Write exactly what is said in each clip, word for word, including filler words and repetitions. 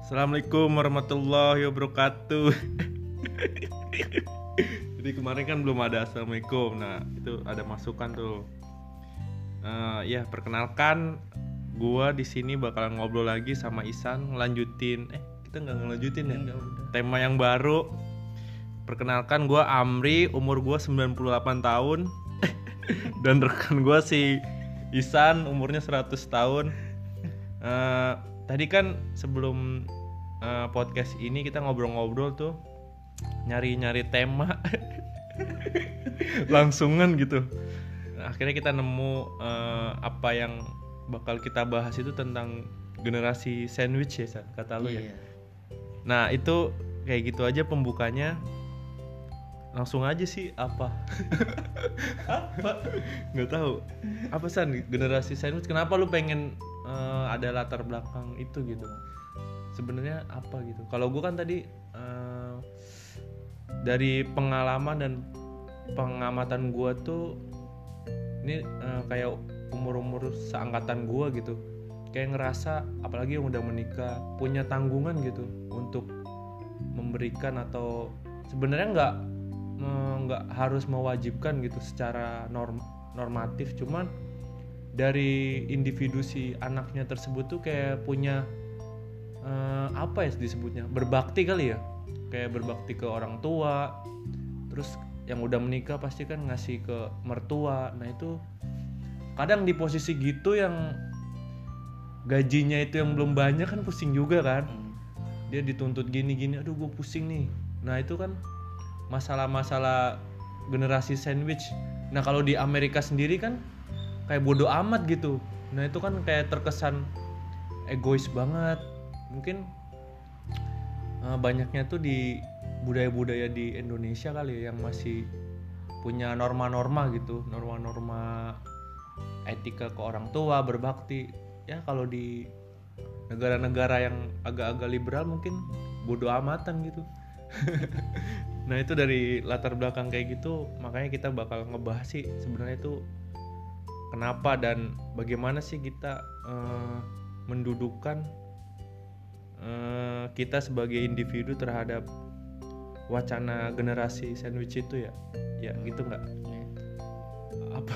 Assalamualaikum warahmatullahi wabarakatuh. Jadi kemarin kan belum ada assalamualaikum. Nah itu ada masukan tuh. Uh, ya perkenalkan, gua di sini bakalan ngobrol lagi sama Isan, ngelanjutin. Eh kita nggak ngelanjutin ya? Enggak, udah. Tema yang baru. Perkenalkan, gua Amri, umur gua sembilan puluh delapan tahun. Dan rekan gua si Isan, umurnya seratus tahun. Uh, tadi kan sebelum uh, podcast ini kita ngobrol-ngobrol tuh, nyari-nyari tema langsungan gitu. Nah, akhirnya kita nemu uh, apa yang bakal kita bahas itu tentang generasi sandwich ya, San, kata lu Iya. ya. Nah itu kayak gitu aja pembukanya. Langsung aja sih apa? Apa? Nggak tahu. Apa San? Generasi sandwich. Kenapa lu pengen uh, ada latar belakang itu gitu? Sebenarnya apa gitu? Kalau gue kan tadi uh, dari pengalaman dan pengamatan gue tuh ini uh, kayak umur-umur seangkatan gue gitu. Kayak ngerasa apalagi yang udah menikah punya tanggungan gitu untuk memberikan atau sebenarnya nggak nggak harus mewajibkan gitu secara norm, normatif, cuman dari individu si anaknya tersebut tuh kayak punya uh, apa ya disebutnya, berbakti kali ya, kayak berbakti ke orang tua. Terus yang udah menikah pasti kan ngasih ke mertua. Nah itu kadang di posisi gitu yang gajinya itu yang belum banyak kan pusing juga kan. Dia dituntut gini-gini, aduh gue pusing nih. Nah itu kan masalah-masalah generasi sandwich. Nah kalau di Amerika sendiri kan kayak bodo amat gitu. Nah itu kan kayak terkesan egois banget. Mungkin uh, banyaknya tuh di budaya-budaya di Indonesia kali ya, yang masih punya norma-norma gitu, norma-norma etika ke orang tua, berbakti. Ya kalau di negara-negara yang agak-agak liberal mungkin bodo amatan gitu. Nah itu dari latar belakang kayak gitu, makanya kita bakal ngebahas sih sebenarnya itu kenapa dan bagaimana sih kita uh, mendudukan uh, kita sebagai individu terhadap wacana generasi sandwich itu ya, ya gitu nggak? Apa?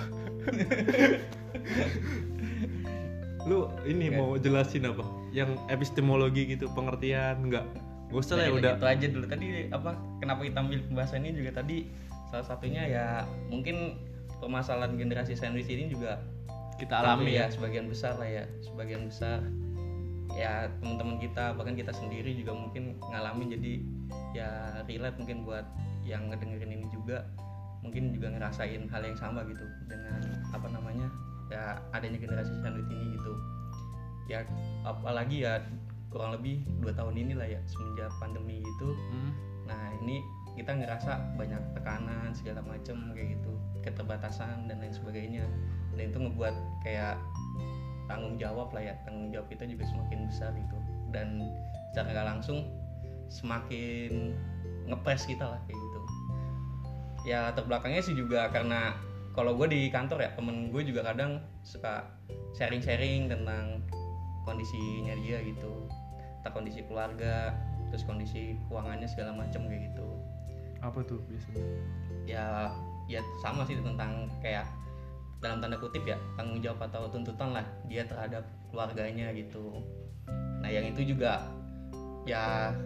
Lu ini Nggak. Mau jelasin apa? Yang epistemologi gitu, pengertian nggak? Gak usah lah ya, udah itu aja dulu. Tadi apa kenapa kita ambil pembahasan ini juga tadi salah satunya ya mungkin permasalahan generasi sandwich ini juga kita alami ya, ya sebagian besar lah ya sebagian besar ya teman-teman kita, bahkan kita sendiri juga mungkin ngalamin. Jadi ya relate mungkin buat yang ngedengerin ini juga mungkin juga ngerasain hal yang sama gitu dengan apa namanya ya adanya generasi sandwich ini gitu ya, apalagi ya kurang lebih dua tahun inilah ya semenjak pandemi gitu. hmm. Nah ini kita ngerasa banyak tekanan segala macam kayak gitu, keterbatasan dan lain sebagainya, dan itu ngebuat kayak tanggung jawab lah ya, tanggung jawab kita juga semakin besar gitu, dan secara nggak langsung semakin ngepres kita lah kayak gitu ya. Latar belakangnya sih juga karena kalau gue di kantor ya, temen gue juga kadang suka sharing-sharing tentang kondisinya dia gitu, entah kondisi keluarga, terus kondisi keuangannya segala macam kayak gitu. Apa tuh biasanya? Ya, ya sama sih tentang kayak dalam tanda kutip ya tanggung jawab atau tuntutan lah dia terhadap keluarganya gitu. Nah yang itu juga ya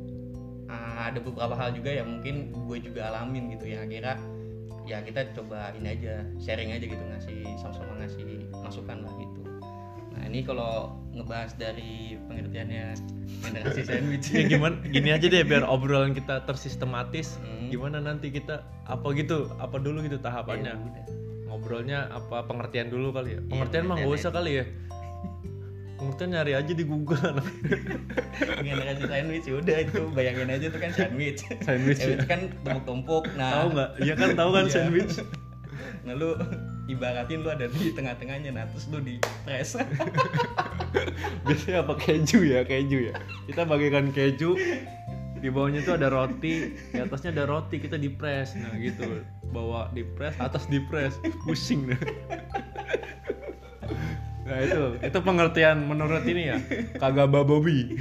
ada beberapa hal juga yang mungkin gue juga alamin gitu ya. Akhirnya ya kita coba ini aja, sharing aja gitu, ngasih sama-sama ngasih masukan lah gitu. Nah ini kalau ngebahas dari pengertiannya generasi sandwich ya gimana, gini aja deh biar obrolan kita tersistematis. hmm. Gimana nanti kita apa gitu, apa dulu gitu tahapannya ya, ngobrolnya apa, pengertian dulu kali ya. Pengertian ya, mah gak usah kali ya, pengertian nyari aja di Google. Generasi sandwich udah itu bayangin aja tuh kan sandwich sandwich ya, itu kan tumpuk-tumpuk. Nah tahu nggak? Iya kan tahu kan sandwich. Nah lu ibaratin lu ada di tengah-tengahnya, nah terus lu di press. Biasanya apa, keju ya, keju ya. Kita bagikan keju, di bawahnya tuh ada roti, di atasnya ada roti, kita di press. Nah gitu, bawah di press, atas di press, pusing deh. Nah itu itu pengertian menurut ini ya, kagak babobi.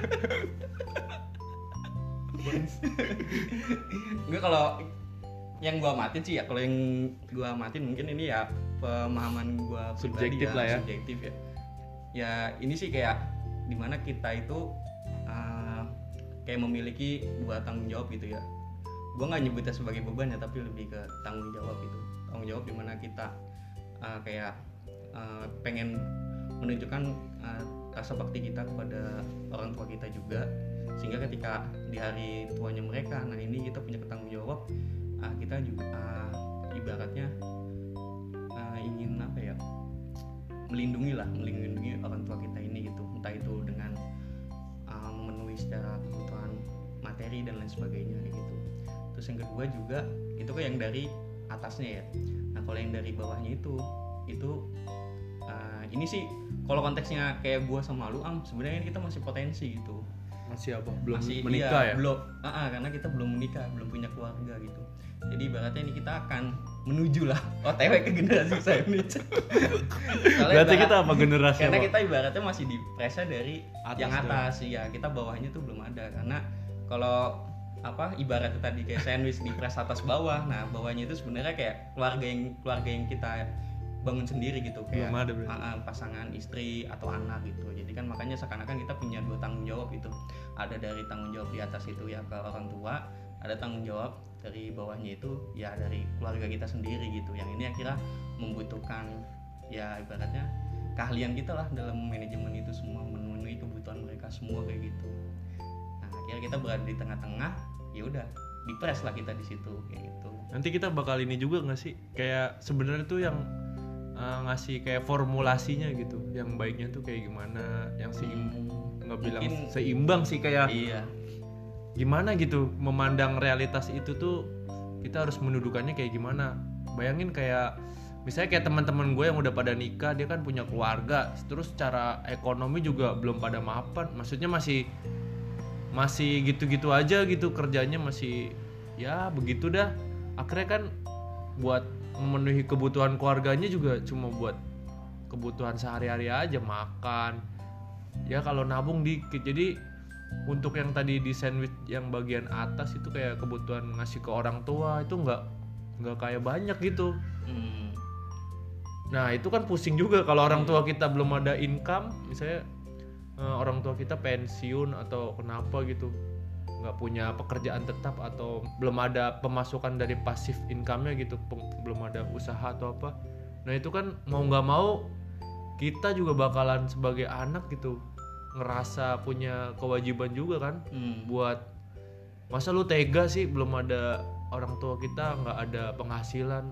Enggak, kalau yang gua amatin sih ya, kalau yang gua amatin mungkin ini ya pemahaman gua Subjektif pribadi lah ya. subjektif ya. Ya ini sih kayak dimana kita itu uh, kayak memiliki dua tanggung jawab gitu ya. Gua nggak nyebutnya sebagai beban ya, tapi lebih ke tanggung jawab gitu. Tanggung jawab dimana kita uh, kayak uh, pengen menunjukkan uh, rasa bakti kita kepada orang tua kita juga, sehingga ketika di hari tuanya mereka, nah ini kita punya tanggung jawab, uh, kita juga uh, ibaratnya uh, ingin apa ya, melindungi lah, melindungi orang tua kita ini gitu, entah itu dengan uh, memenuhi secara kebutuhan materi dan lain sebagainya gitu. Terus yang kedua juga itu kan yang dari atasnya ya. Nah kalau yang dari bawahnya itu itu uh, ini sih kalau konteksnya kayak gua sama lu Am, sebenarnya kita masih potensi gitu. Masih apa? Belum Masih, menikah iya, ya? Belum, uh, uh, karena kita belum menikah, belum punya keluarga gitu. Jadi ibaratnya ini kita akan menuju lah O T W ke generasi sandwich. Berarti kita apa generasi Karena apa? kita ibaratnya masih di pressure dari Atas yang atas ya, kita bawahnya tuh belum ada. Karena kalau apa ibaratnya tadi kayak sandwich di press atas bawah, nah bawahnya itu sebenarnya kayak keluarga yang keluarga yang kita bangun sendiri gitu, kayak Belum ada berarti. uh, uh, pasangan istri atau anak gitu. Jadi kan makanya seakan-akan kita punya dua tanggung jawab itu. Ada dari tanggung jawab di atas itu ya ke orang tua, ada tanggung jawab dari bawahnya itu ya dari keluarga kita sendiri gitu. Yang ini akhirnya membutuhkan ya ibaratnya keahlian kita lah dalam manajemen itu semua, memenuhi kebutuhan mereka semua kayak gitu. Nah akhirnya kita berada di tengah-tengah, ya udah dipres lah kita di situ kayak gitu. Nanti kita bakal ini juga nggak sih, kayak sebenarnya tuh yang uh, ngasih kayak formulasinya gitu, yang baiknya tuh kayak gimana, yang seimbang, nggak bilang Mungkin- seimbang sih, kayak Iya. gimana gitu memandang realitas itu tuh, kita harus mendudukannya kayak gimana. Bayangin kayak misalnya kayak teman-teman gue yang udah pada nikah, dia kan punya keluarga, terus secara ekonomi juga belum pada mapan, maksudnya masih masih gitu-gitu aja gitu kerjanya, masih ya begitu dah. Akhirnya kan buat memenuhi kebutuhan keluarganya juga cuma buat kebutuhan sehari-hari aja, makan ya, kalau nabung dikit. Jadi untuk yang tadi di sandwich yang bagian atas itu kayak kebutuhan ngasih ke orang tua itu nggak nggak kayak banyak gitu. Hmm. Nah itu kan pusing juga kalau orang tua kita belum ada income, misalnya eh, orang tua kita pensiun atau kenapa gitu, nggak punya pekerjaan tetap atau belum ada pemasukan dari passive income-nya gitu, peng- belum ada usaha atau apa. Nah itu kan mau nggak mau kita juga bakalan sebagai anak gitu ngerasa punya kewajiban juga kan, Hmm. buat masa lu tega sih belum ada orang tua kita, nggak ada penghasilan,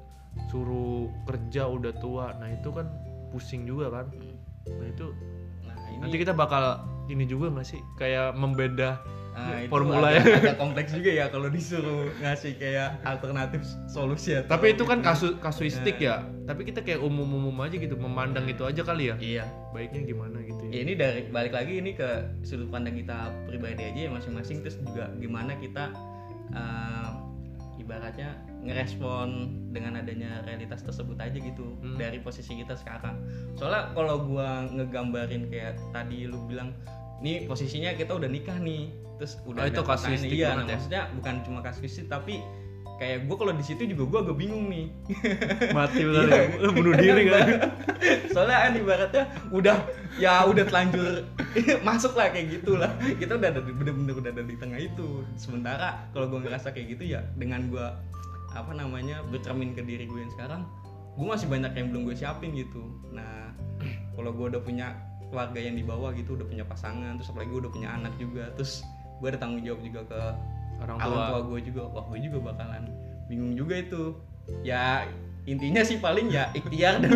suruh kerja udah tua. Nah itu kan pusing juga kan. Nah itu Nah, ini nanti kita bakal ini juga nggak sih, kayak membedah Nah, itu formula agak, ya. agak kompleks juga ya kalau disuruh ngasih kayak alternatif solusi atau Tapi itu kan gitu. kasus kasuistik ya. Tapi kita kayak umum-umum aja gitu, memandang itu aja kali ya. Iya. Baiknya gimana gitu Ya ya. ini dari balik lagi ini ke sudut pandang kita pribadi aja ya masing-masing, terus juga gimana kita uh, ibaratnya ngerespon dengan adanya realitas tersebut aja gitu, Hmm. dari posisi kita sekarang. Soalnya kalau gua ngegambarin kayak tadi lu bilang, nih posisinya kita udah nikah nih, terus udah Oh, itu ada pasangan. kasuistik Iya, banget nah, ya. maksudnya bukan cuma kasuistik, tapi kayak gue kalau di situ juga gue agak bingung nih. Mati bener ya. Bunuh diri kan. Soalnya kan ibaratnya udah ya udah telanjur masuk lah kayak gitulah. Kita udah ada di- bener-bener udah ada di tengah itu. Sementara kalau gue ngerasa kayak gitu ya, dengan gue apa namanya bercermin ke diri gue yang sekarang, gue masih banyak yang belum gue siapin gitu. Nah kalau gue udah punya keluarga yang di bawah gitu, udah punya pasangan, terus apalagi gue udah punya anak juga, terus gue ada tanggung jawab juga ke Orang orang tua. tua gue juga, wah gue juga bakalan bingung juga itu. Ya intinya sih paling ya ikhtiar dan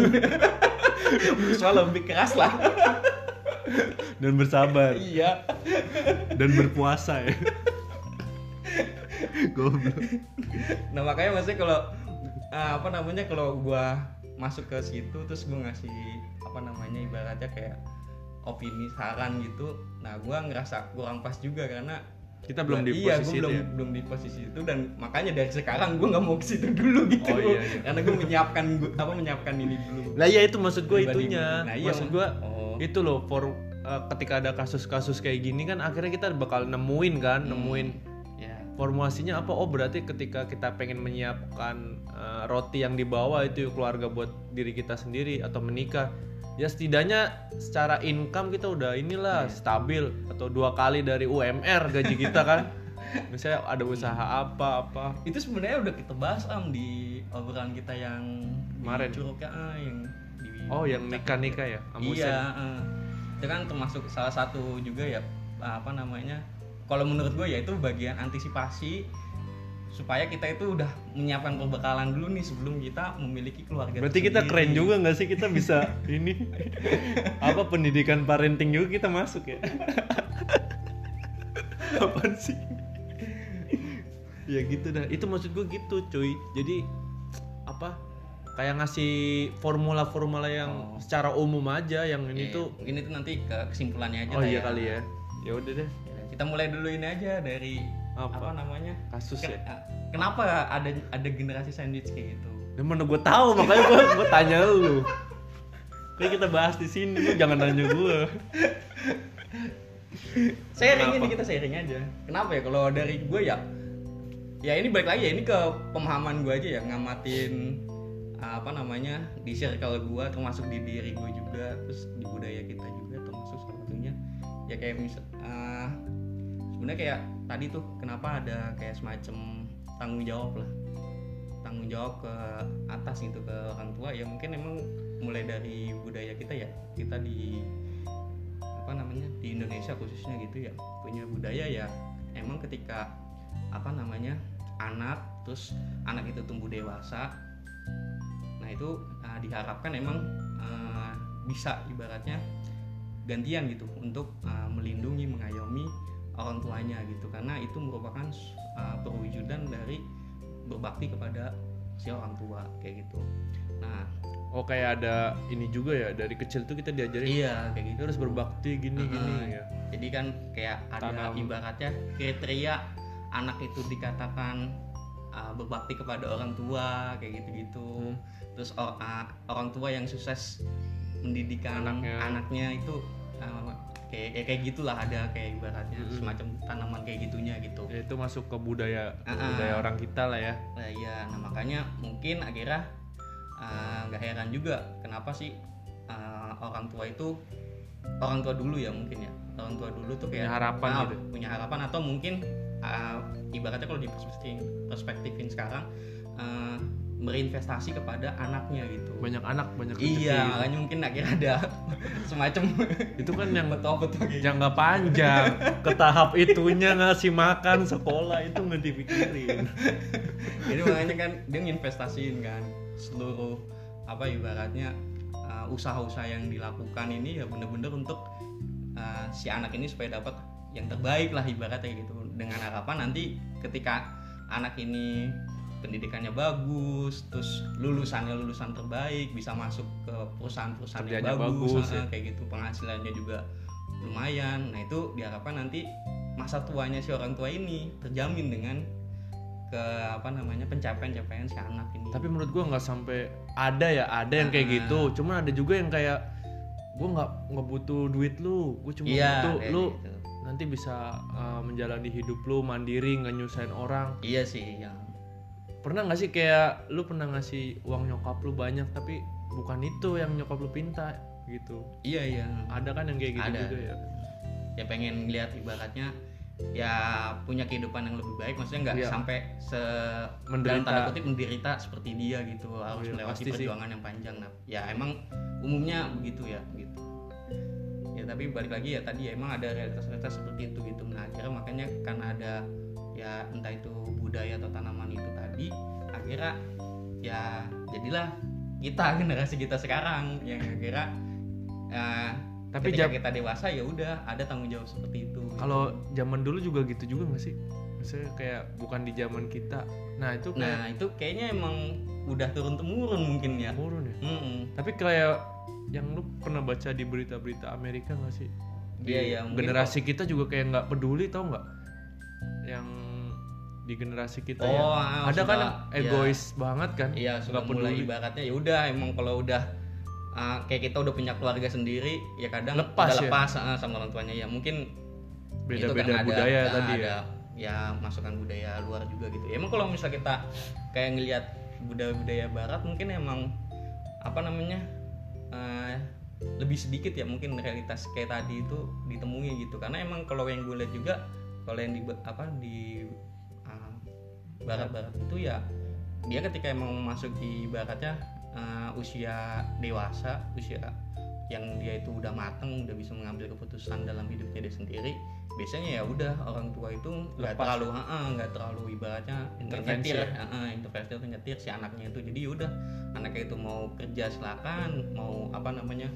berusaha lebih keras lah. Dan bersabar Iya. dan berpuasa ya. Goblok. Nah makanya maksudnya kalau uh, apa namanya kalau gue masuk ke situ terus gue ngasih apa namanya ibaratnya kayak opini saran gitu, nah gue ngerasa kurang pas juga karena Kita belum di iya, posisi gue belum itu ya? belum di posisi itu, dan makanya dari sekarang gue nggak mau ke situ dulu gitu. Oh, iya, iya. Karena gue menyiapkan gua, apa menyiapkan ini dulu. Lah ya itu maksud gue Pribadi itunya. gua. Nah, iya, maksud gue oh. itu loh for uh, ketika ada kasus-kasus kayak gini kan akhirnya kita bakal nemuin kan, Hmm. nemuin Ya. formulasinya apa. Oh berarti ketika kita pengen menyiapkan uh, roti yang dibawa itu keluarga buat diri kita sendiri atau menikah, ya setidaknya secara income kita udah inilah Iya. stabil atau dua kali dari U M R gaji kita kan. Misalnya ada usaha apa-apa. Itu sebenarnya udah kita bahas am di obrolan kita yang Kemarin. di Curugnya, ah, yang di Oh yang nikah-nikah ya? Amusen. Iya, uh, itu kan termasuk salah satu juga ya, apa namanya? Kalau menurut gue ya itu bagian antisipasi supaya kita itu udah menyiapkan perbekalan dulu nih sebelum kita memiliki keluarga. Berarti kita tersendiri. keren juga nggak sih, kita bisa ini apa pendidikan parenting juga kita masuk ya? Apaan sih? Ya gitu dah. Itu maksud gue gitu cuy. Jadi apa? Kayak ngasih formula-formula yang Oh. secara umum aja yang ini Iya, tuh. mungkin itu nanti ke kesimpulannya aja Oh lah iya ya. kali ya. Ya udah deh. Ya, kita mulai dulu ini aja dari Apa? apa, namanya? Kasus Ken- ya. Kenapa ada ada generasi sandwich kayak gitu? Ya mana gue tahu makanya gue gue tanya lu. Kayak kita bahas di sini, lu jangan nanya gue. Sharing ini Kenapa? kita sharing aja. Kenapa ya kalau dari gue ya? Ya ini balik lagi ya, ini ke pemahaman gue aja ya, ngamatin apa namanya di circle gue, termasuk di diri gue juga, terus di budaya kita juga termasuk salah satunya. Ya kayak misal, uh, sebenarnya kayak tadi tuh kenapa ada kayak semacam tanggung jawab lah, tanggung jawab ke atas gitu, ke orang tua. Ya mungkin emang mulai dari budaya kita ya, kita di apa namanya di Indonesia khususnya gitu ya, punya budaya ya emang ketika apa namanya anak terus anak itu tumbuh dewasa, nah itu uh, diharapkan emang uh, bisa ibaratnya gantian gitu untuk uh, melindungi, mengayomi orang tuanya gitu, karena itu merupakan uh, perwujudan dari berbakti kepada si orang tua kayak gitu. Nah, Oh kayak ada ini juga ya, dari kecil tuh kita diajarin iya kayak gitu. "Lu harus berbakti gini Uh-uh. gini ya. Jadi kan kayak ada Tanam. ibaratnya kriteria anak itu dikatakan uh, berbakti kepada orang tua kayak gitu-gitu. Hmm. Terus or, uh, orang tua yang sukses mendidikan Anaknya. anaknya itu uh, kayak kayak kayak gitulah, ada kayak ibaratnya Hmm. semacam tanaman kayak gitunya gitu. Ya itu masuk ke budaya Uh-uh. budaya orang kita lah ya. Nah iya, nah makanya mungkin akhirnya nggak uh, heran juga kenapa sih uh, orang tua itu orang tua dulu ya mungkin ya orang tua dulu tuh kayak Punya harapan ah, gitu. punya harapan atau mungkin uh, ibaratnya kalau di perspektif perspektifin sekarang uh, berinvestasi kepada anaknya gitu. Banyak anak banyak rezeki Iya, gitu. makanya mungkin akhirnya ada semacam Itu kan yang betul-betul kayak gitu. jangka panjang, ke tahap itunya ngasih makan sekolah itu nggak dipikirin. Jadi makanya kan dia nginvestasiin kan seluruh apa ibaratnya uh, usaha-usaha yang dilakukan ini ya bener-bener untuk uh, si anak ini supaya dapat yang terbaik lah ibaratnya gitu, dengan harapan nanti ketika anak ini pendidikannya bagus, terus lulusannya lulusan terbaik, bisa masuk ke perusahaan-perusahaan yang Kerjanya bagus, bagus, nah, ya. kayak gitu, penghasilannya juga lumayan. Nah itu diharapkan nanti masa tuanya si orang tua ini terjamin dengan ke apa namanya pencapaian-pencapaian si anak ini. Tapi menurut gua nggak sampai ada ya, ada yang kayak Ah. gitu. Cuman ada juga yang kayak gua nggak nggak butuh duit lu, gua cuma iya, butuh kayak lu gitu. nanti bisa uh, menjalani hidup lu mandiri, nggak nyusahin orang. Iya sih, yang Pernah nggak sih kayak lu pernah ngasih uang nyokap lu banyak tapi bukan itu yang nyokap lu pinta gitu? iya iya. Ada kan yang kayak gitu Ada. juga ya. Ya pengen lihat ibaratnya ya punya kehidupan yang lebih baik, maksudnya nggak Iya. sampai se Menderita. dalam tanda kutip menderita seperti dia gitu, harus iya, melewati pasti sih. perjuangan yang panjang. Nah, ya emang umumnya begitu ya gitu. Ya tapi balik lagi ya tadi ya emang ada realitas-realitas seperti itu gitu. Nah akhirnya makanya karena ada ya entah itu budaya atau tanaman itu tadi, akhirnya ya jadilah kita generasi kita sekarang yang akhirnya eh, Tapi ketika jam- kita dewasa ya udah ada tanggung jawab seperti itu. Kalau zaman dulu juga gitu juga nggak sih? Maksudnya kayak bukan di zaman kita. Nah itu kayak Nah itu kayaknya emang udah turun temurun mungkin ya. turun ya. Mm-mm. Tapi kayak yang lu pernah baca di berita-berita Amerika nggak sih? Di Iya, iya, mungkin generasi kita juga kayak nggak peduli, tau nggak? yang di generasi kita Oh, ya. ah, Ada suka, kan ya. egois banget kan. Iya, sudah Nggak mulai peduli. ibaratnya ya udah emang kalau udah uh, kayak kita udah punya keluarga sendiri ya kadang Lepas udah ya? lepas uh, sama orang tuanya ya mungkin itu Beda-beda karena ada- budaya ah, tadi ada, ya. ya masukan budaya luar juga gitu. Ya, emang kalau misal kita kayak ngelihat budaya-budaya barat mungkin emang apa namanya uh, lebih sedikit ya mungkin realitas kayak tadi itu ditemui gitu. Karena emang kalau yang gue lihat juga kalau yang di apa di uh, barat-barat itu ya dia ketika emang masuk di ibaratnya uh, usia dewasa, usia yang dia itu udah mateng, udah bisa mengambil keputusan dalam hidupnya dia sendiri, biasanya ya udah orang tua itu nggak Lepas. terlalu nggak terlalu ibaratnya Intervensi nyetir, ya? uh, intervensi atau nyetir si anaknya itu. Jadi udah anaknya itu mau kerja silakan, mau apa namanya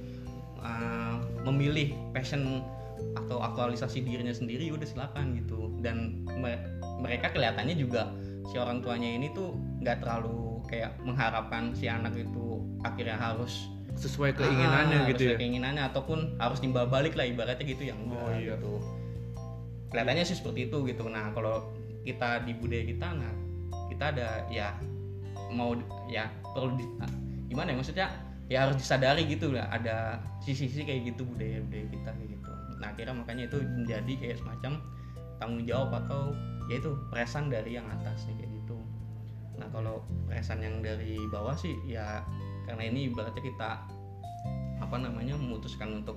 uh, memilih passion atau aktualisasi dirinya sendiri udah silakan gitu. Dan me- mereka kelihatannya juga si orang tuanya ini tuh nggak terlalu kayak mengharapkan si anak itu akhirnya harus Sesuai keinginannya ah, gitu sesuai ya. keinginannya ataupun harus nimbal balik lah ibaratnya gitu yang enggak Oh, iya. gitu. Kelihatannya sih seperti itu gitu. Nah, kalau kita di budaya kita nah kita ada ya mau ya perlu di, gimana ya maksudnya ya harus disadari gitu lah ada sisi-sisi kayak gitu budaya-budaya kita kayak gitu. Nah, akhirnya makanya itu menjadi kayak semacam tanggung jawab atau ya itu presan dari yang atas nih kayak gitu. Nah, kalau presan yang dari bawah sih ya karena ini ibaratnya kita apa namanya memutuskan untuk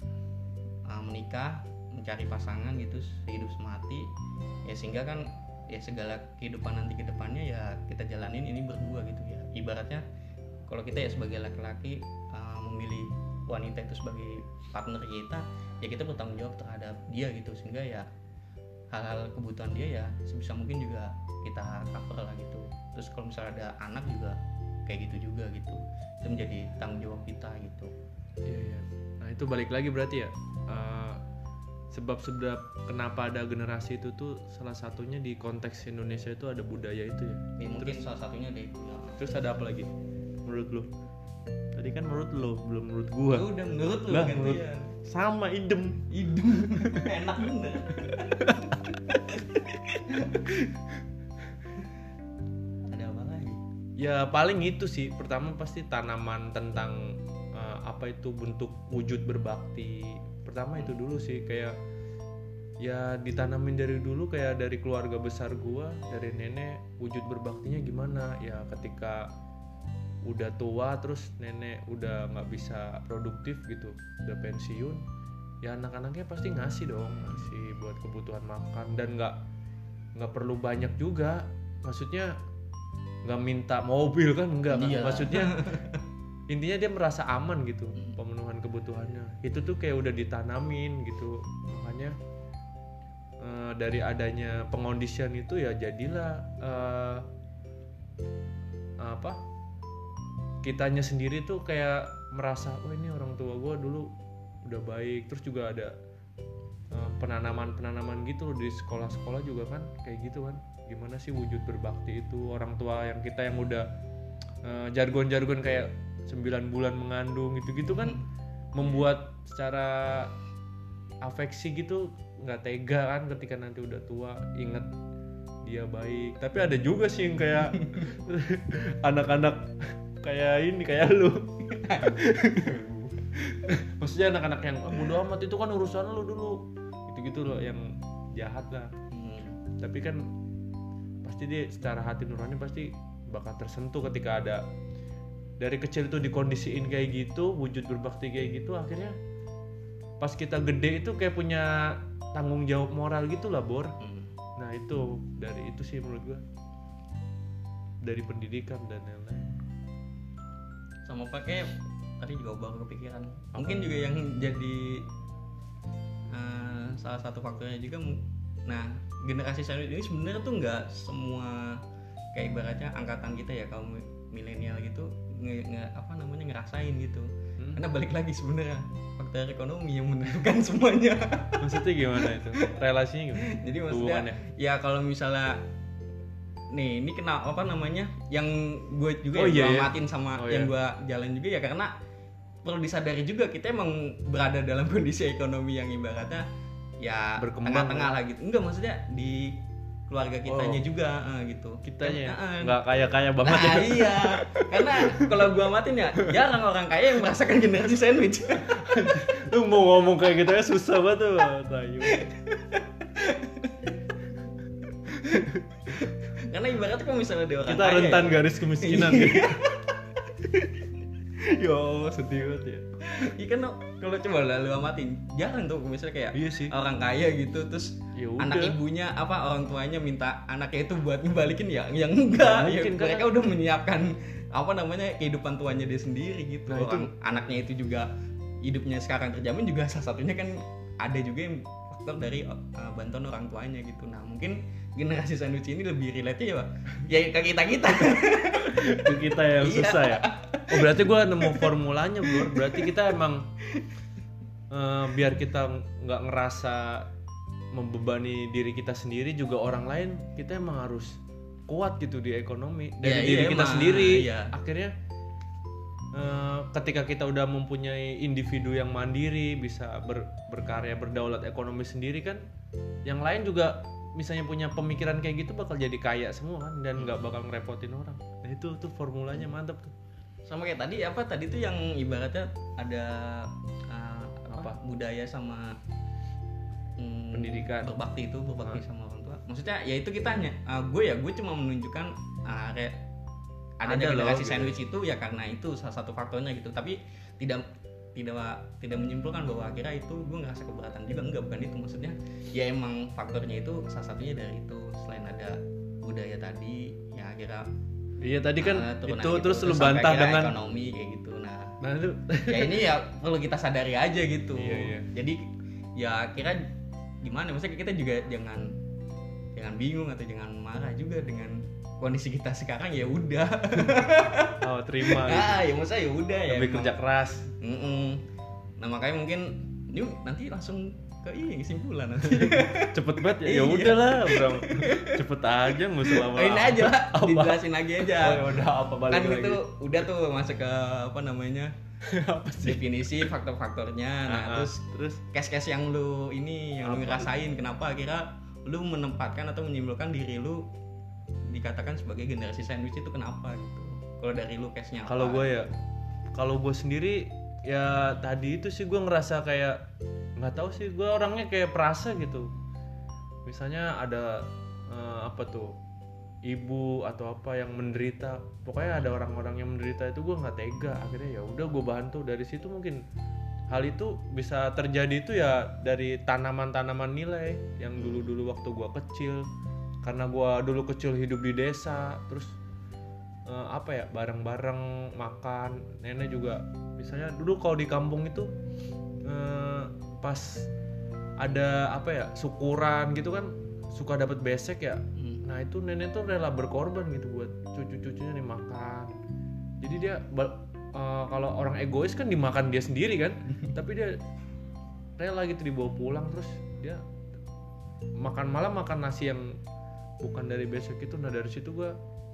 uh, menikah, mencari pasangan gitu sehidup semati ya, sehingga kan ya segala kehidupan nanti ke depannya ya kita jalanin ini berdua gitu ya. Ibaratnya kalau kita ya sebagai laki-laki uh, memilih wanita itu sebagai partner kita ya kita bertanggung jawab terhadap dia gitu, sehingga ya hal-hal kebutuhan dia ya sebisa mungkin juga kita cover lah gitu. Terus kalau misalnya ada anak juga kayak gitu juga gitu, itu menjadi tanggung jawab kita gitu. Iya, iya. Nah itu balik lagi berarti ya uh, sebab-sebab kenapa ada generasi itu tuh salah satunya di konteks Indonesia itu ada budaya itu ya. Ini mungkin Terus, salah satunya deh ya. terus ada apa lagi menurut lu? Tadi kan menurut lu, belum menurut gua. Lu udah menurut lu Lah, gantian. menurut sama idem. Idem. Enak bener. Ada apa lagi? Ya paling itu sih. Pertama pasti tanaman tentang uh, apa itu bentuk wujud berbakti. Pertama itu dulu sih, kayak ya ditanamin dari dulu kayak dari keluarga besar gua, dari nenek, wujud berbaktinya gimana ya. Ketika udah tua terus nenek udah nggak bisa produktif gitu, udah pensiun, ya anak-anaknya pasti ngasih dong, ngasih buat kebutuhan makan, dan nggak nggak perlu banyak juga. Maksudnya nggak minta mobil kan, enggak kan? Iya. Maksudnya intinya dia merasa aman gitu pemenuhan kebutuhannya. Itu tuh kayak udah ditanamin gitu. Makanya uh, dari adanya pengondisian itu ya jadilah uh, apa kitanya sendiri tuh kayak merasa oh ini orang tua gue dulu udah baik. Terus juga ada uh, penanaman-penanaman gitu loh di sekolah-sekolah juga kan kayak gitu kan, gimana sih wujud berbakti itu. Orang tua yang kita yang udah uh, jargon-jargon kayak sembilan bulan mengandung gitu-gitu kan membuat secara afeksi gitu nggak tega kan ketika nanti udah tua inget dia baik. Tapi ada juga sih yang kayak anak-anak kayak ini kayak lu. Maksudnya anak-anak yang oh, bodo amat itu kan urusan lu dulu, gitu-gitu loh, yang jahat lah. Hmm. Tapi kan pasti dia secara hati nurani pasti bakal tersentuh ketika ada dari kecil itu dikondisiin kayak gitu, wujud berbakti kayak gitu, akhirnya pas kita gede itu kayak punya tanggung jawab moral gitu lah, Bor. Hmm. Nah itu dari itu sih menurut gua, dari pendidikan dan lain-lain. Sama pakai tadi juga baru kepikiran. Mungkin juga yang jadi uh, salah satu faktornya juga. Nah, generasi sandwich ini sebenarnya tuh nggak semua kayak ibaratnya angkatan kita ya, kaum milenial gitu nge, nge, apa namanya ngerasain gitu. Hmm? Karena balik lagi sebenarnya faktor ekonomi yang menentukan semuanya. Maksudnya gimana itu? Relasinya gimana? Jadi maksudnya hubungannya? Ya kalau misalnya nih ini kena apa namanya yang gue juga oh, ya iya, amatin sama oh, yang iya. gue jalan juga ya, karena perlu disadari juga kita emang berada dalam kondisi ekonomi yang ibaratnya ya Berkembang, tengah-tengah lah gitu. Enggak, maksudnya di keluarga kitanya Oh. juga eh, gitu. Kitanya Kan, eh, nggak kaya-kaya banget Nah ya. iya, karena kalau gua amatin ya jarang orang kaya yang merasakan generasi sandwich. Lu mau ngomong kayak gitu ya susah banget tuh. Tayu. Karena ibaratnya kalau misalnya dia orang Kita kaya, rentan ya, garis kemiskinan Iya. gitu. Ya Allah, sedih banget ya. Iya kan kalau coba lah lu amatin jarang tuh misalnya kayak Iya sih. orang kaya gitu terus Ya udah. anak ibunya apa orang tuanya minta anaknya itu buat ngebalikin ya yang enggak Nggak ya, mungkin, mereka karena- udah menyiapkan apa namanya kehidupan tuanya dia sendiri gitu. Nah, itu- Orang anaknya itu juga hidupnya sekarang terjamin juga salah satunya kan ada juga yang faktor dari uh, bantuan orang tuanya gitu. Nah mungkin generasi sandwich ini lebih relate ya Pak ya ke kita kita. Itu kita yang Iya. susah ya. Oh berarti gue nemu formulanya bro. Berarti kita emang eh, biar kita nggak ngerasa membebani diri kita sendiri juga orang lain, kita emang harus kuat gitu di ekonomi dari Ya, diri iya, kita emang. sendiri. Iya. Akhirnya eh, ketika kita udah mempunyai individu yang mandiri, bisa ber- berkarya berdaulat ekonomi sendiri kan, yang lain juga misalnya punya pemikiran kayak gitu bakal jadi kaya semua kan dan nggak bakal ngerepotin orang. Nah itu tuh formulanya mantap tuh. Sama kayak tadi apa tadi tuh yang ibaratnya ada uh, apa, Apa? budaya sama mm, Pendidikan. berbakti itu berbakti Ah. sama orang tua maksudnya ya itu kitanya uh, gue ya gue cuma menunjukkan uh, kayak Ada adanya loh, generasi gitu. sandwich itu ya karena itu salah satu faktornya gitu tapi tidak tidak tidak menyimpulkan bahwa akhirnya itu gue ngerasa keberatan juga enggak bukan itu maksudnya ya emang faktornya itu salah satunya dari itu selain ada budaya tadi ya akhirnya Iya tadi kan Nah, turunan itu gitu. terus lu sampai bantah akhirnya dengan ekonomi kayak gitu. Nah, nah itu ya ini ya perlu kita sadari aja gitu. Iya, iya. Jadi ya kira gimana? Maksudnya kita juga jangan jangan bingung atau jangan marah juga dengan kondisi kita sekarang ya udah. oh terima gitu. Ah, ya maksudnya ya udah ya. Lebih emang. kerja keras. Mm-mm. Nah, makanya mungkin ini nanti langsung ke ini kesimpulan nanti. Cepet banget ya. Ya Iya. udahlah, Bro. Cepet aja enggak usah lama. Oh, ini aja lah, dijelasin lagi aja. Oh, ya udah apa balik Kan lagi. itu udah tuh masuk ke apa namanya? apa sih? Definisi faktor-faktornya. Nah, Ah, ah. terus terus case-case yang lu ini yang lu Apa? ngerasain kenapa akhirnya lu menempatkan atau menyimpulkan diri lu dikatakan sebagai generasi sandwich itu kenapa gitu. Kalau dari lu case-nya apa? kalau gue ya kalau gue sendiri ya tadi itu sih gue ngerasa kayak nggak tahu sih gue orangnya kayak perasa gitu. Misalnya ada eh, apa tuh ibu atau apa yang menderita, pokoknya ada orang-orang yang menderita itu gue nggak tega, akhirnya ya udah gue bantu. Dari situ mungkin hal itu bisa terjadi itu ya dari tanaman-tanaman nilai yang dulu-dulu waktu gue kecil, karena gue dulu kecil hidup di desa, terus eh, apa ya bareng-bareng makan. Nenek juga misalnya dulu kalau di kampung itu eh, pas ada apa ya syukuran gitu kan suka dapat besek ya. Hmm. Nah itu nenek tuh rela berkorban gitu buat cucu-cucunya nih makan. Jadi dia ba- eh, kalau orang egois kan dimakan dia sendiri kan, tapi dia rela gitu dibawa pulang, terus dia makan malam makan nasi yang bukan dari besek itu. Nah dari situ gua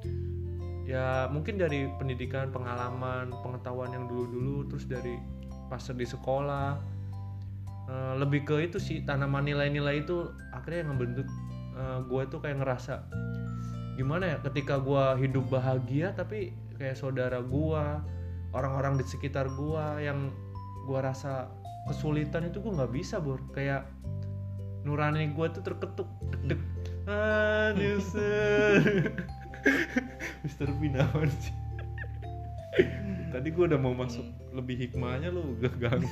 ya mungkin dari pendidikan, pengalaman, pengetahuan yang dulu-dulu, terus dari pas di sekolah eh, lebih ke itu sih, tanaman nilai-nilai itu akhirnya yang ngebentuk eh, gue tuh kayak ngerasa gimana ya ketika gue hidup bahagia tapi kayak saudara gue, orang-orang di sekitar gue yang gue rasa kesulitan itu gue nggak bisa Bor, kayak nurani gue tuh terketuk deg-deg. Ah, Nilsen. mister Bean aman sih. Tadi gue udah mau masuk lebih hikmahnya, lu gak ganggu.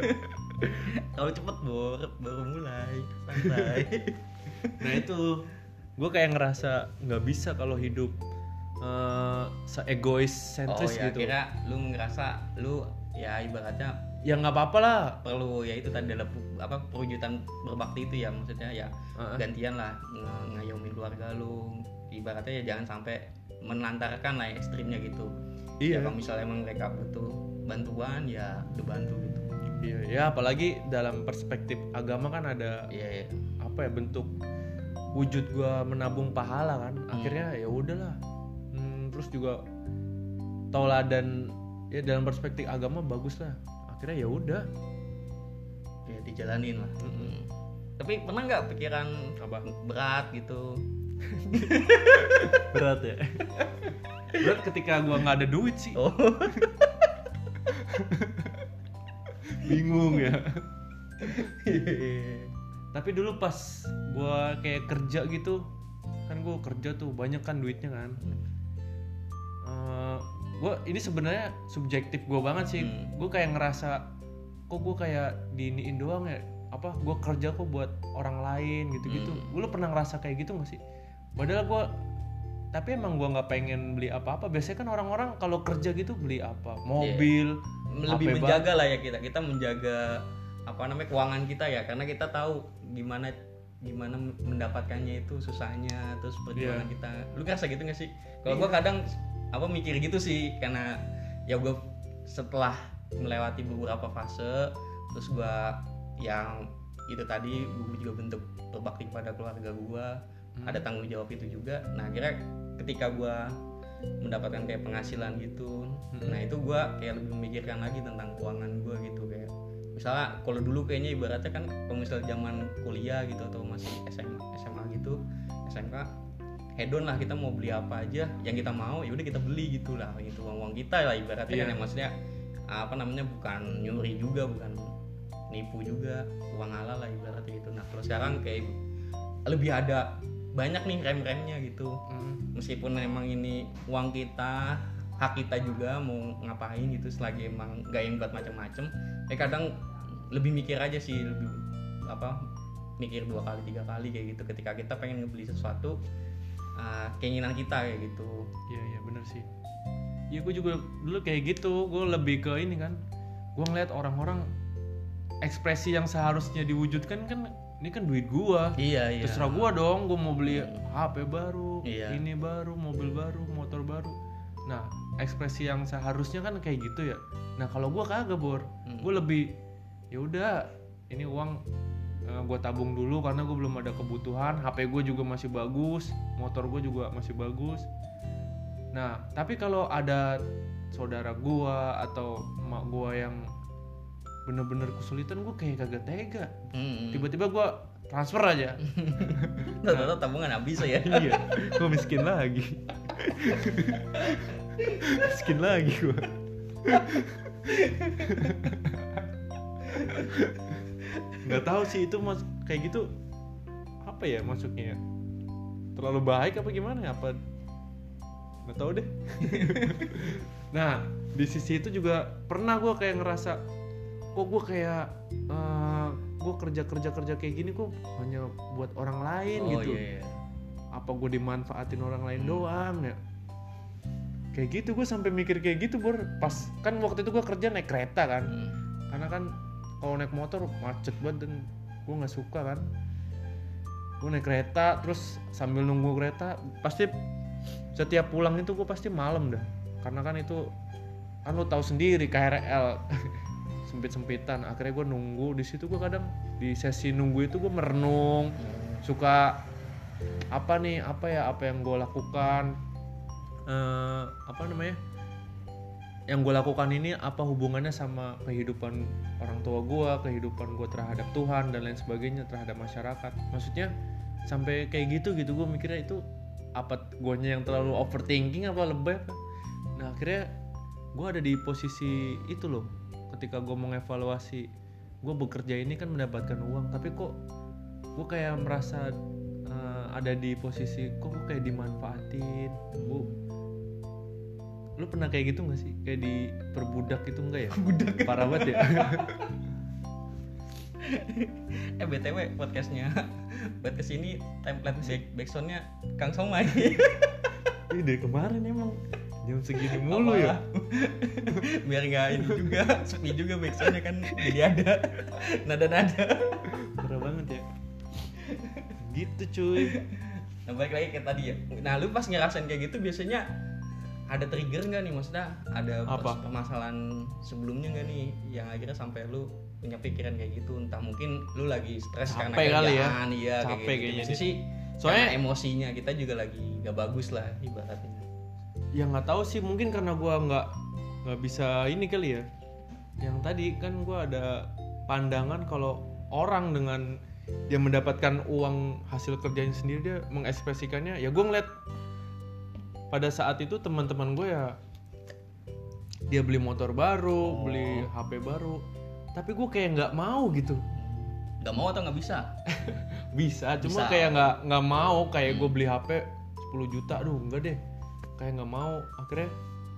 Kalau cepet Bor, baru mulai santai. Nah itu gue kayak ngerasa nggak bisa kalau hidup uh, se-egois sentris Oh ya, gitu. kira lu ngerasa lu ya ibaratnya Ya nggak apa-apa lah. perlu ya itu tadi adalah pu- apa perwujudan berbakti itu ya, maksudnya ya Uh-uh. gantian lah nge- ngayomin keluarga lu, ibaratnya ya jangan sampai menelantarkan lah ya, ekstrimnya gitu. Iya. Ya, kalau misalnya emang mereka butuh bantuan ya lu bantu gitu. Iya, ya apalagi dalam perspektif agama kan ada Iya, iya. apa ya bentuk wujud gua menabung pahala kan. Akhirnya ya udahlah. Hmm, terus juga tauladan ya dalam perspektif agama bagus lah. Akhirnya ya udah. Ya dijalanin lah. Mm-mm. Tapi pernah nggak pikiran Apa? berat gitu Berat ya. Berat ketika gue nggak ada duit sih. Oh. Bingung ya. Tapi dulu pas gue kayak kerja gitu, kan gue kerja tuh banyak kan duitnya kan. Uh, gue ini sebenarnya subjektif gue banget sih. Hmm. Gue kayak ngerasa kok gue kayak diiniin doang ya. Apa gue kerja kok buat orang lain gitu-gitu. Hmm. Gue pernah ngerasa kayak gitu nggak sih? Padahal gue, tapi emang gue nggak pengen beli apa-apa. Biasanya kan orang-orang kalau kerja gitu beli apa? Mobil, yeah. Lebih H P menjaga lah ya kita. Kita menjaga apa namanya keuangan kita ya, karena kita tahu gimana gimana mendapatkannya itu susahnya, terus perjuangan yeah. kita. Lu ngerasa gitu nggak sih? Kalau yeah. gue kadang apa mikir gitu sih, karena ya gue setelah melewati beberapa fase, terus gue yang itu tadi gue juga bentuk berbakti kepada keluarga gue. Hmm. Ada tanggung jawab itu juga. Nah akhirnya ketika gue mendapatkan kayak penghasilan gitu, hmm. nah itu gue kayak lebih memikirkan lagi tentang keuangan gue gitu. Kayak misalnya kalau dulu kayaknya ibaratnya kan kalau misalnya zaman kuliah gitu atau masih S M A, S M A gitu, S M K hedon lah, kita mau beli apa aja yang kita mau ya udah kita beli gitu lah, gitu uang-uang kita lah ibaratnya. Yeah. Kan ya maksudnya apa namanya bukan nyuri juga, bukan nipu juga, uang halal lah ibaratnya gitu. Nah kalau sekarang kayak lebih ada banyak nih rem-remnya gitu. hmm. Meskipun memang ini uang kita, hak kita juga mau ngapain gitu, selagi emang gak yang buat macam-macam. Eh kadang lebih mikir aja sih, lebih apa mikir dua kali tiga kali kayak gitu ketika kita pengen ngebeli sesuatu uh, keinginan kita kayak gitu. Iya iya benar sih. Iya gue juga dulu kayak gitu. Gue lebih ke ini kan, gue ngeliat orang-orang ekspresi yang seharusnya diwujudkan kan, ini kan duit gua, iya, iya. terserah gua dong, gua mau beli hmm. H P baru, iya. ini baru, mobil baru, motor baru. Nah, ekspresi yang seharusnya kan kayak gitu ya. Nah, kalau gua kagak bor, hmm. gua lebih, ya udah, ini uang uh, gua tabung dulu karena gua belum ada kebutuhan. H P gua juga masih bagus, motor gua juga masih bagus. Nah, tapi kalau ada saudara gua atau emak gua yang bener-bener kesulitan, gue kayak kagak tega. Mm-hmm. Tiba-tiba gue transfer aja. Tahu-tahu tabungan habis ya. Iya, gue miskin lagi. Miskin lagi gue. Nggak tahu sih itu mas kayak gitu apa ya masuknya? Terlalu baik apa gimana? Apa? Nggak tahu deh. Nah di sisi itu juga pernah gue kayak ngerasa, kok gue kayak uh, gue kerja kerja kerja kayak gini kok hanya buat orang lain oh, gitu. Iya, iya. Apa gue dimanfaatin orang lain hmm. doang ya? Kayak gitu gue sampai mikir kayak gitu bor. Pas kan waktu itu gue kerja naik kereta kan, hmm. karena kan kalau naik motor macet banget dan gue nggak suka kan. Gue naik kereta terus sambil nunggu kereta pasti setiap pulang itu gue pasti malam dah. Karena kan itu kan lo tahu sendiri K R L. Sempit-sempitan, akhirnya gue nunggu di situ. Gue kadang di sesi nunggu itu gue merenung, hmm. suka apa nih apa ya apa yang gue lakukan, uh, apa namanya yang gue lakukan ini apa hubungannya sama kehidupan orang tua gue, kehidupan gue terhadap Tuhan dan lain sebagainya, terhadap masyarakat. Maksudnya sampai kayak gitu gitu gue mikirnya itu apa guanya yang terlalu overthinking apa lebay apa. Nah akhirnya gue ada di posisi itu loh. Ketika gue mengevaluasi, gue bekerja ini kan mendapatkan uang, tapi kok gue kayak merasa uh, ada di posisi kok gue kayak dimanfaatin. Gue, lu pernah kayak gitu nggak sih? Kayak diperbudak gitu enggak ya? Budak. Parah banget ya. eh B T W podcastnya, podcast ini template back backsoundnya Kang Somai. Ini dari kemarin emang. Jam segini mulu ya. Biar gak ini juga sepi juga backsoundnya kan, jadi ada nada-nada. Parah banget ya. Gitu cuy. Nah balik lagi kayak tadi ya. Nah lu pas ngerasain kayak gitu biasanya ada trigger gak nih? Maksudnya ada apa? Permasalahan sebelumnya gak nih yang akhirnya sampai lu punya pikiran kayak gitu? Entah mungkin lu lagi stres karena kerjaan ya, capek kayak kayaknya gitu. Sih soalnya emosinya kita juga lagi gak bagus lah ibaratnya. Ya nggak tahu sih, mungkin karena gue nggak nggak bisa ini kali ya. Yang tadi kan gue ada pandangan kalau orang dengan dia mendapatkan uang hasil kerjanya sendiri, dia mengekspresikannya. Ya gue ngeliat pada saat itu teman-teman gue ya dia beli motor baru, Oh. beli H P baru, tapi gue kayak nggak mau gitu. Nggak mau atau nggak bisa? Bisa, cuma Bisa. kayak nggak nggak mau, kayak Hmm. gue beli H P sepuluh juta, aduh enggak deh, kayak nggak mau. Akhirnya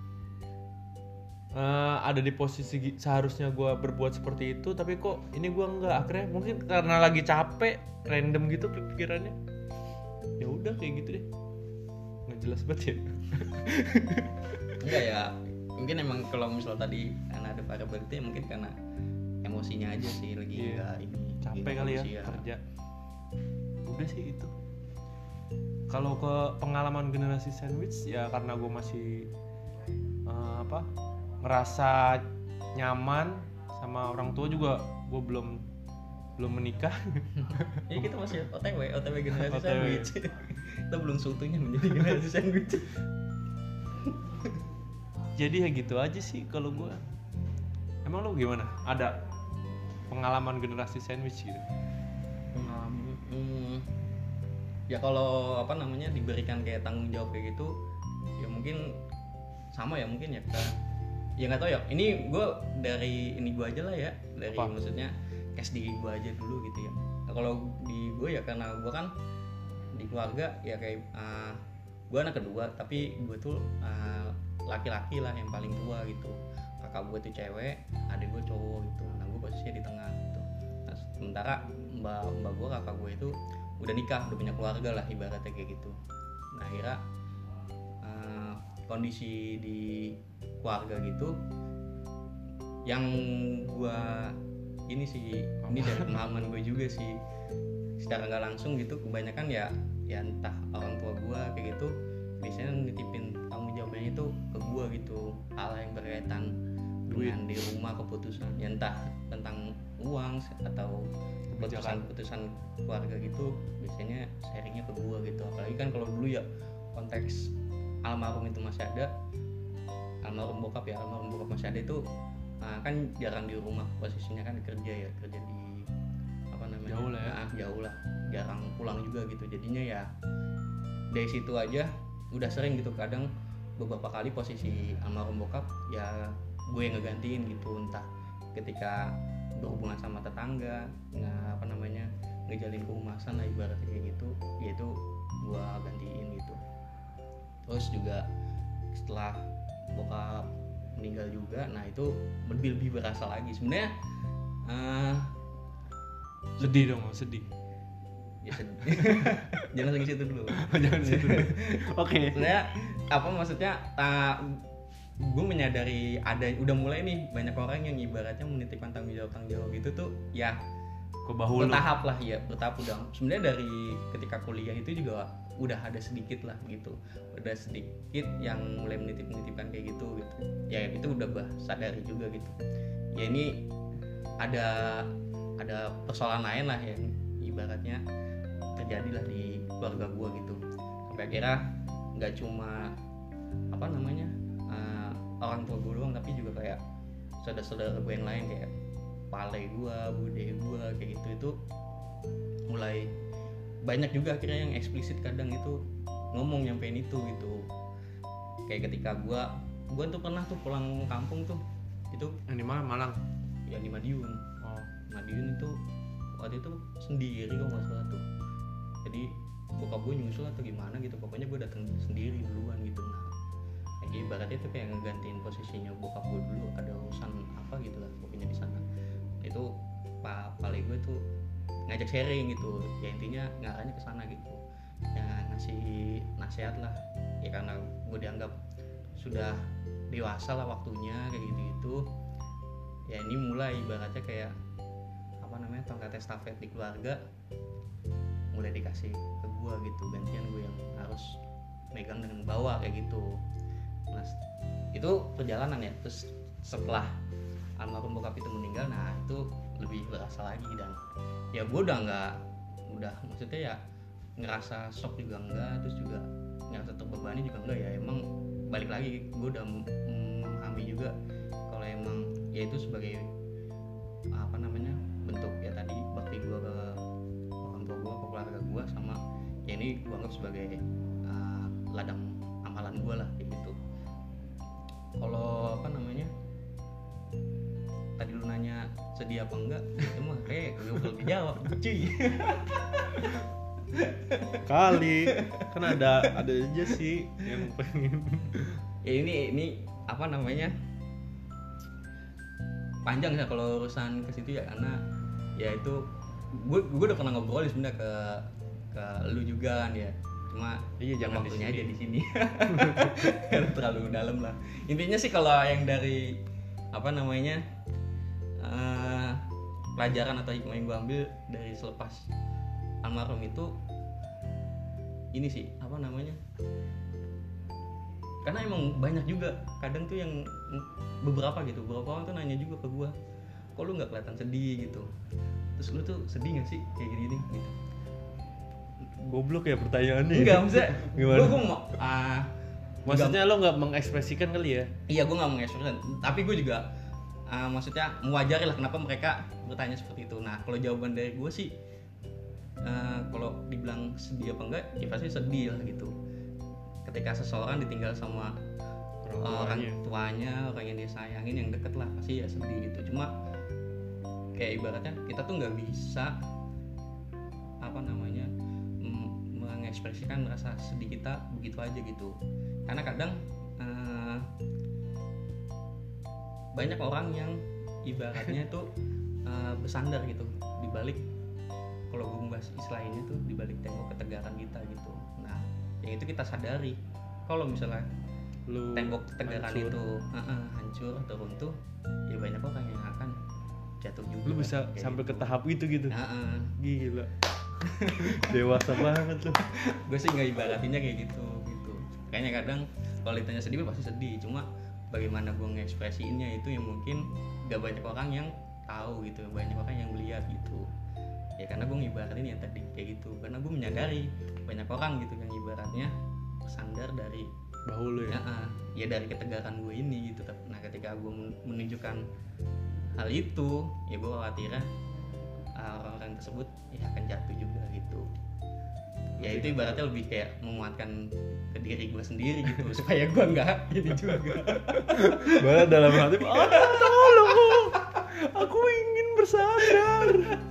eh, ada di posisi gi- seharusnya gue berbuat seperti itu, tapi kok ini gue nggak. Akhirnya mungkin karena lagi capek, random gitu pikirannya, ya udah kayak gitu deh, nggak jelas banget ya. Enggak ya, mungkin emang kalau misal tadi karena ada variabel itu ya mungkin karena emosinya aja sih lagi Iya. nggak ini Capek lagi kali ya emosi kerja. Udah sih itu. Kalau ke pengalaman generasi sandwich ya karena gue masih eh, apa ngerasa nyaman sama orang tua juga, gue belum belum menikah. Jadi kita masih O T W, O T W generasi O T W. sandwich. Kita belum seutuhnya menjadi generasi sandwich. Jadi ya gitu aja sih kalau gue. Emang lo gimana? Ada pengalaman generasi sandwich gitu? Pengalaman, hmm, ya kalau apa namanya diberikan kayak tanggung jawab kayak gitu, ya mungkin sama ya mungkin ya kita, ya nggak tahu ya. Ini gue dari ini gue aja lah ya, dari Apa? maksudnya S D gue aja dulu gitu ya. Nah, kalau di gue ya karena gue kan di keluarga ya kayak uh, gue anak kedua, tapi gue tuh uh, laki-laki lah yang paling tua gitu. Kakak gue tuh cewek, adik gue cowok gitu. Nah gue posisinya di tengah gitu. Nah, sementara mbak mbak gue kakak gue itu udah nikah, udah punya keluarga lah ibaratnya kayak gitu. Nah akhirnya uh, kondisi di keluarga gitu yang gue ini sih, ini dari pengalaman gue juga sih, secara nggak langsung gitu kebanyakan ya ya entah orang tua gue kayak gitu biasanya nitipin tanggung jawabnya itu ke gue gitu, hal yang berkaitan dengan di rumah, keputusan ya entah tentang uang atau keputusan-keputusan keluarga gitu biasanya sharingnya ke gue gitu. Apalagi kan kalau dulu ya konteks almarhum itu masih ada, almarhum bokap ya almarhum bokap masih ada itu nah, kan jarang di rumah, posisinya kan kerja ya kerja di apa namanya Jauh lah ya. nah, jauh lah, jarang pulang juga gitu. Jadinya ya dari situ aja udah sering gitu, kadang beberapa kali posisi almarhum bokap ya gue yang ngegantiin gitu, entah ketika berhubungan sama tetangga nggak apa namanya ngejalin kehumasan lah ibaratnya kayak gitu, yaitu gue gantiin gitu. Terus juga setelah bokap meninggal juga, nah itu lebih lebih berasa lagi sebenarnya. Uh, Sedih dong, sedih. ya sedih. Jangan langsung ke situ dulu. Jangan situ. Oke. Sebenarnya apa maksudnya? Uh, gue menyadari ada udah mulai nih banyak orang yang ibaratnya menitipkan tanggung jawab tanggung jawab gitu tuh ya Ke bahu lu. bertahap lah ya, bertahap udah. Sebenarnya dari ketika kuliah itu juga udah ada sedikit lah gitu, udah sedikit yang mulai menitip-menitipkan kayak gitu gitu. Ya itu udah bah sadari juga gitu. Ya ini ada ada persoalan lain lah yang ibaratnya terjadi lah di keluarga gue gitu. Sampai akhirnya nggak cuma apa namanya uh, orang tua gue doang, tapi juga kayak saudara-saudara gue yang lain kayak pale gue, bude gue kayak gitu itu mulai banyak juga akhirnya yang eksplisit kadang itu ngomong nyampein itu gitu. Kayak ketika gue gue tuh pernah tuh pulang kampung tuh itu Yang di mana? Malang. yang di Madiun. Oh. Madiun itu waktu itu sendiri kok nggak salah tuh. Jadi bokap gue nyusul atau gimana gitu, pokoknya gue datang sendiri duluan gitu. Nah kayak ibaratnya itu kayak ngegantiin posisinya bokap gue dulu, ada urusan apa gitu lah pokoknya di sana. Itu pak pale gue tuh ngajak sharing gitu, ya intinya ngarahnya ke sana gitu, ya ngasih nasihat lah ya karena gue dianggap sudah dewasa lah waktunya kayak gitu gitu. Ya ini mulai ibaratnya kayak apa namanya tongkat estafet di keluarga mulai dikasih ke gue gitu, gantian gue yang harus megang dan bawa kayak gitu. Nah itu perjalanan ya. Terus setelah almarhum bokap itu meninggal, nah itu lebih berasa lagi dan ya gue udah nggak udah maksudnya ya ngerasa shock juga enggak, terus juga ngerasa terbebani juga enggak. Ya emang balik lagi gue udah memahami juga kalau emang ya itu sebagai apa namanya bentuk ya tadi bakti gue ke keluarga gue, sama ya ini gue anggap sebagai uh, ladang amalan gue lah kayak gitu. Kalau apa namanya, tadi lu nanya sedih apa enggak, itu mah kayak gue belum dijawab cuy. Kali kan ada ada aja sih yang pengen. Ya ini ini apa namanya, panjang ya kalau urusan ke situ ya, karena ya itu gue gue udah pernah ngobrol sebenarnya ke ke lu juga kan ya, cuma Iya, jangan waktunya di sini. aja di sini. Karena terlalu dalam lah. Intinya sih kalau yang dari apa namanya uh, pelajaran atau hikmah yang gue ambil dari selepas almarhum itu ini sih apa namanya, karena emang banyak juga kadang tuh yang beberapa gitu beberapa orang tuh nanya juga ke gue, kok lu nggak kelihatan sedih gitu, terus lu tuh sedih nggak sih kayak gini-gini gitu. Goblok ya pertanyaannya. Enggak, maksudnya Gimana? gue gue mau ah, Maksudnya lo nggak mengekspresikan kali ya? iya gue nggak mengekspresikan, tapi gue juga uh, maksudnya mewajari lah kenapa mereka bertanya seperti itu. Nah kalau jawaban dari gue sih uh, kalau dibilang sedih apa enggak, ya pasti sedih lah gitu. Ketika seseorang ditinggal sama Orang uh, orang tuanya. tuanya, orang yang dia sayangin, yang deket lah, pasti ya sedih gitu. Cuma kayak ibaratnya kita tuh nggak bisa apa namanya m- mengekspresikan rasa sedih kita begitu aja gitu, karena kadang uh, banyak orang yang ibaratnya itu uh, bersandar gitu di balik, kalau gue membahas istilahnya tuh di balik tembok ketegaran kita gitu. Nah yang itu kita sadari kalau misalnya Lu tembok ketegaran hancur. itu uh-uh, hancur atau runtuh, ya banyak orang yang akan jatuh juga. Lu bisa kayak sampai gitu. ke tahap itu gitu. Uh-uh. Gila. Dewasa banget lu. Gue sih nggak ibaratinnya kayak gitu gitu. Kayaknya kadang kalau ditanya sedih gue pasti sedih, cuma bagaimana gue ngekspresiinnya itu yang mungkin gak banyak orang yang tahu gitu, banyak orang yang melihat gitu. Ya karena gue ngibaratin yang tadi kayak gitu, karena gue menyadari banyak orang gitu yang ibaratnya sandar dari Bahu lu ya. ya, uh, ya dari ketegaran gue ini gitu. Nah ketika gue menunjukkan hal itu, ya gue khawatirnya uh, orang-orang tersebut ya akan jatuh juga gitu. Ya itu ibaratnya lebih kayak menguatkan ke diri gue sendiri gitu, supaya gue nggak jadi juga. Malah dalam hati, ah tolong, aku ingin bersandar.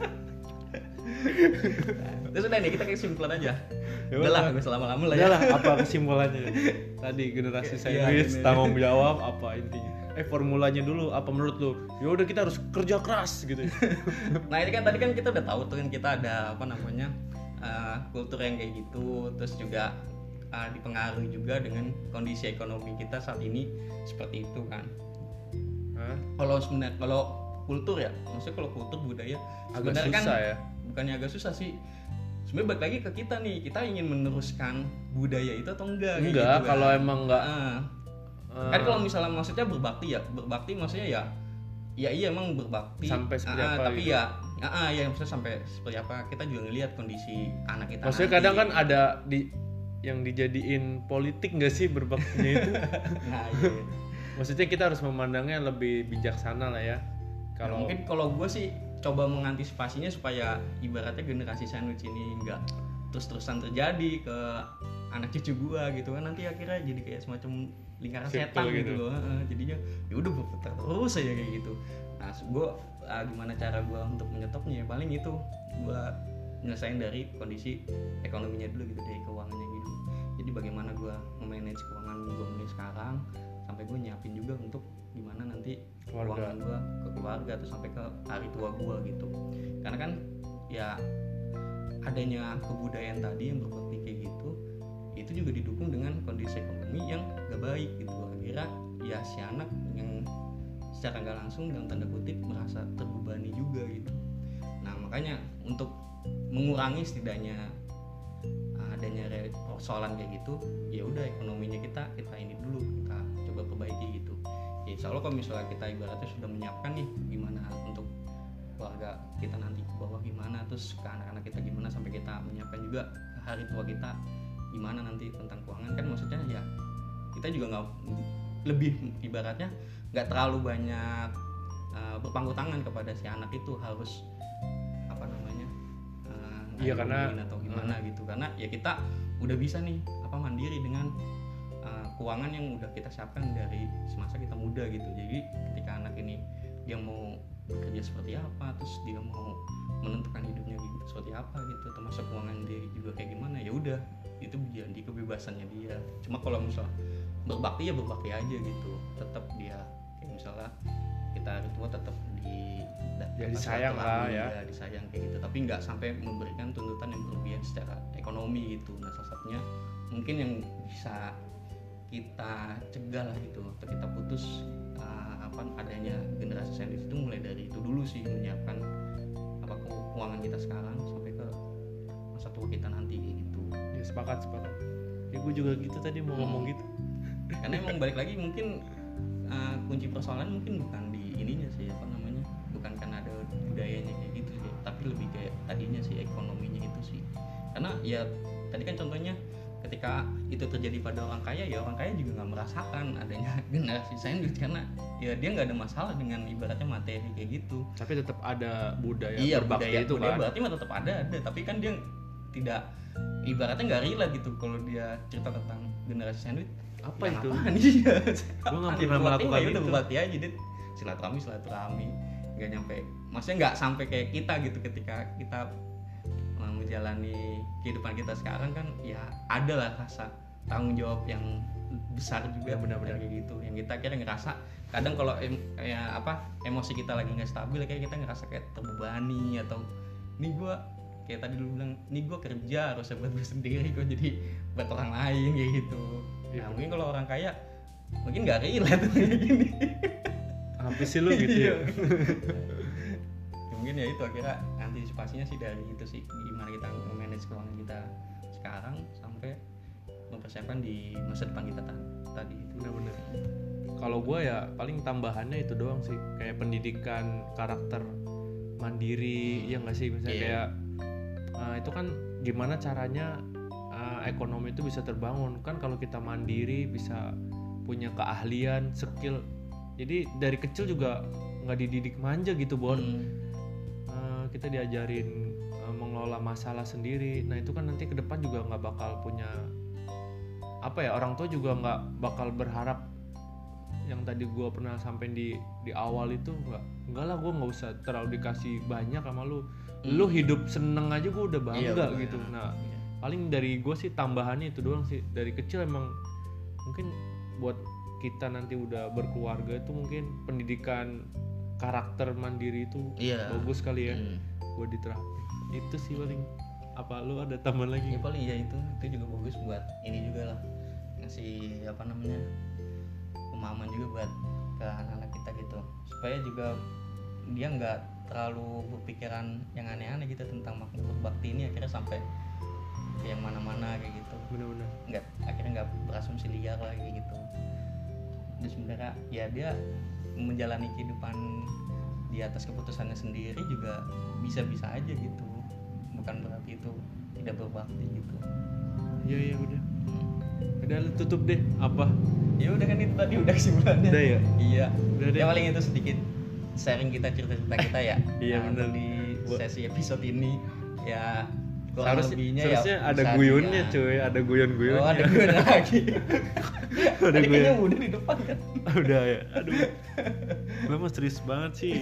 Terus udah nih kita kesimpulan aja. Ya Udah lah, udah. gue selama-lama lah Udah ya. lah, apa kesimpulannya? Tadi generasi Iya, sandwich, gini. tanggung jawab, apa intinya? Eh formulanya dulu, apa menurut lu? Ya udah kita harus kerja keras gitu. Nah ini kan tadi kan kita udah tahu tuh kan kita ada apa namanya uh, kultur yang kayak gitu, terus juga uh, dipengaruhi juga dengan kondisi ekonomi kita saat ini seperti itu kan. Hah? Kalau sebenarnya kalau kultur ya, maksudnya kalau kultur budaya Agak sebenarnya kan susah ya. bukannya agak susah sih. Sebenarnya balik lagi ke kita nih, kita ingin meneruskan budaya itu atau enggak? kayak Enggak, gitu kan. kalau emang enggak. Ah. eh, Kan kalau misalnya maksudnya berbakti ya, berbakti maksudnya ya, ya iya emang berbakti. Sampai seperti Ah, apa Tapi gitu. ya, ah, ah, ya maksudnya sampai seperti apa? Kita juga ngelihat kondisi anak kita. maksudnya nanti. kadang kan ada di yang dijadiin politik nggak sih berbaktinya itu? Nah, iya. Maksudnya kita harus memandangnya lebih bijaksana lah ya. Kalau Kalau mungkin kalau gue sih coba mengantisipasinya supaya ibaratnya generasi sandwich ini enggak terus-terusan terjadi ke anak cucu gue gitu kan, nanti akhirnya jadi kayak semacam lingkaran Circle setan gitu, gitu. loh. Heeh, jadinya ya udah berputar terus aja kayak gitu. Nah, gue ah, gimana cara gue untuk menyetopnya? Ya paling itu gue nyelesain dari kondisi ekonominya dulu gitu, dari keuangannya gitu. Jadi bagaimana gue memanage keuangan gue mulai sekarang sampai gue nyiapin juga untuk gimana nanti Keluarga. keuangan gue ke keluarga tuh sampai ke hari tua gue gitu. Karena kan ya adanya kebudayaan tadi yang berbakti kayak gitu, itu juga didukung dengan kondisi ekonomi yang gak baik gitu. Akhirnya ya si anak yang secara gak langsung dalam tanda kutip merasa terbebani juga gitu. Nah makanya untuk mengurangi setidaknya uh, adanya re- persoalan kayak gitu, ya udah ekonominya kita kita ini dulu kita coba perbaiki gitu. Ya insya Allah kalau misalnya kita ibaratnya sudah menyiapkan nih gimana untuk keluarga kita nanti ke bawah gimana, terus ke anak-anak kita gimana, sampai kita menyiapkan juga ke hari tua kita gimana nanti tentang keuangan, kan maksudnya ya kita juga nggak lebih ibaratnya nggak terlalu banyak uh, berpangku tangan kepada si anak itu, harus apa namanya uh, Iya, karena atau gimana hmm. gitu, karena ya kita udah bisa nih apa mandiri dengan uh, keuangan yang udah kita siapkan dari semasa kita muda gitu. Jadi ketika anak ini dia mau bekerja seperti apa, terus dia mau menentukan hidupnya gitu seperti apa gitu, termasuk keuangan dia juga kayak gimana, ya udah itu jadi kebebasannya dia. Cuma kalau misal berbakti ya berbakti aja gitu, tetap dia kayak misalnya kita hari tua tetap di ya disayang lah ya. ya disayang kayak gitu, tapi nggak sampai memberikan tuntutan yang berlebihan secara ekonomi gitu. Nah salah satunya mungkin yang bisa kita cegah lah gitu atau kita putus uh, apa adanya generasi sandwich itu mulai dari itu dulu sih, menyiapkan apa keuangan kita sekarang sampai ke masa tua kita nanti gitu. Ya sepakat sepakat. Ya gue juga gitu tadi mau hmm. ngomong gitu. Karena emang balik lagi mungkin uh, kunci persoalan mungkin bukan di ininya sih apa namanya, bukan karena ada budayanya kayak gitu sih, tapi lebih kayak tadinya sih ekonominya itu sih. Karena ya tadi kan contohnya ketika itu terjadi pada orang kaya, ya orang kaya juga nggak merasakan adanya generasi sandwich karena ya dia nggak ada masalah dengan ibaratnya materi kayak gitu. Tapi tetap ada budaya iya, berbakti budaya, itu budaya kan. Berarti mah tetap ada, ada. Tapi kan dia tidak ibaratnya nggak relate gitu kalau dia cerita tentang generasi sandwich. Apa ya itu? Iya. Gue nggak pernah melakukan ya itu. Udah berbakti aja deh. Silaturahmi silaturahmi. Nggak nyampe, maksudnya nggak sampai kayak kita gitu ketika kita menjalani kehidupan kita sekarang kan ya ada lah rasa tanggung jawab yang besar juga, benar-benar kayak gitu yang kita kira ngerasa kadang kalau em, ya apa emosi kita lagi nggak stabil kayak kita ngerasa kayak terbebani atau nih gue kayak tadi lu bilang nih gue kerja harusnya buat gue sendiri kok jadi buat orang lain kayak gitu ya, nah, mungkin kalau orang kaya mungkin nggak relate kayak gini apa sih lu gitu ya. Mungkin ya itu akhirnya antisipasinya sih dari itu sih, gimana kita manage keuangan kita sekarang sampai mempersiapkan di masa depan kita t- tadi itu. Benar-benar. Kalau gue ya paling tambahannya itu doang sih, kayak pendidikan karakter mandiri, hmm. ya nggak sih, misalnya yeah. kayak uh, itu kan gimana caranya uh, ekonomi itu bisa terbangun kan kalau kita mandiri, bisa punya keahlian, skill. Jadi dari kecil juga nggak dididik manja gitu, Bon. Hmm. Kita diajarin uh, mengelola masalah sendiri. Nah itu kan nanti ke depan juga nggak bakal punya apa ya, orang tua juga nggak bakal berharap yang tadi gue pernah sampai di di awal itu, nggak nggak lah gue nggak usah terlalu dikasih banyak sama lu, hmm. lu hidup seneng aja gue udah bangga iya, gitu. Nah iya. paling dari gue sih tambahannya itu doang sih, dari kecil emang mungkin buat kita nanti udah berkeluarga itu mungkin pendidikan karakter mandiri itu iya. bagus kali ya hmm. buat diterapin. Itu sih paling. Apa lu ada tambahan lagi? Ya paling ya itu itu juga bagus buat ini juga lah, ngasih apa namanya pemahaman juga buat ke anak-anak kita gitu, supaya juga dia nggak terlalu berpikiran yang aneh-aneh gitu tentang makna berbakti ini, akhirnya sampai ke yang mana-mana kayak gitu. Benar-benar. Nggak, akhirnya nggak berasumsi liar lah kayak gitu. Dan sebenarnya ya dia menjalani kehidupan di atas keputusannya sendiri juga bisa-bisa aja gitu, bukan berarti itu tidak berbakti gitu. Iya iya udah hmm. udah tutup deh apa ya udah kan itu tadi udah kesimpulannya udah ya iya udah ya paling itu sedikit sharing kita, cerita-cerita kita ya iya nah, benar di sesi episode ini ya kurang Harus, lebihnya seharusnya ya ada guyunnya ya. Cuy, ada guyon-guyunnya. Oh, ada guyon lagi. Ada guyon. Kayaknya udah di depan kan. Udah ya. Aduh. Lu mah serius banget sih.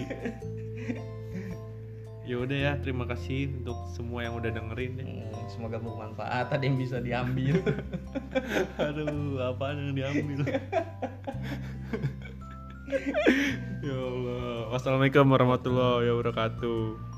Ya udah ya, terima kasih untuk semua yang udah dengerin ya. Hmm, semoga bermanfaat, ada yang bisa diambil. Aduh, apaan yang diambil? Ya Allah. Wassalamualaikum warahmatullahi wabarakatuh.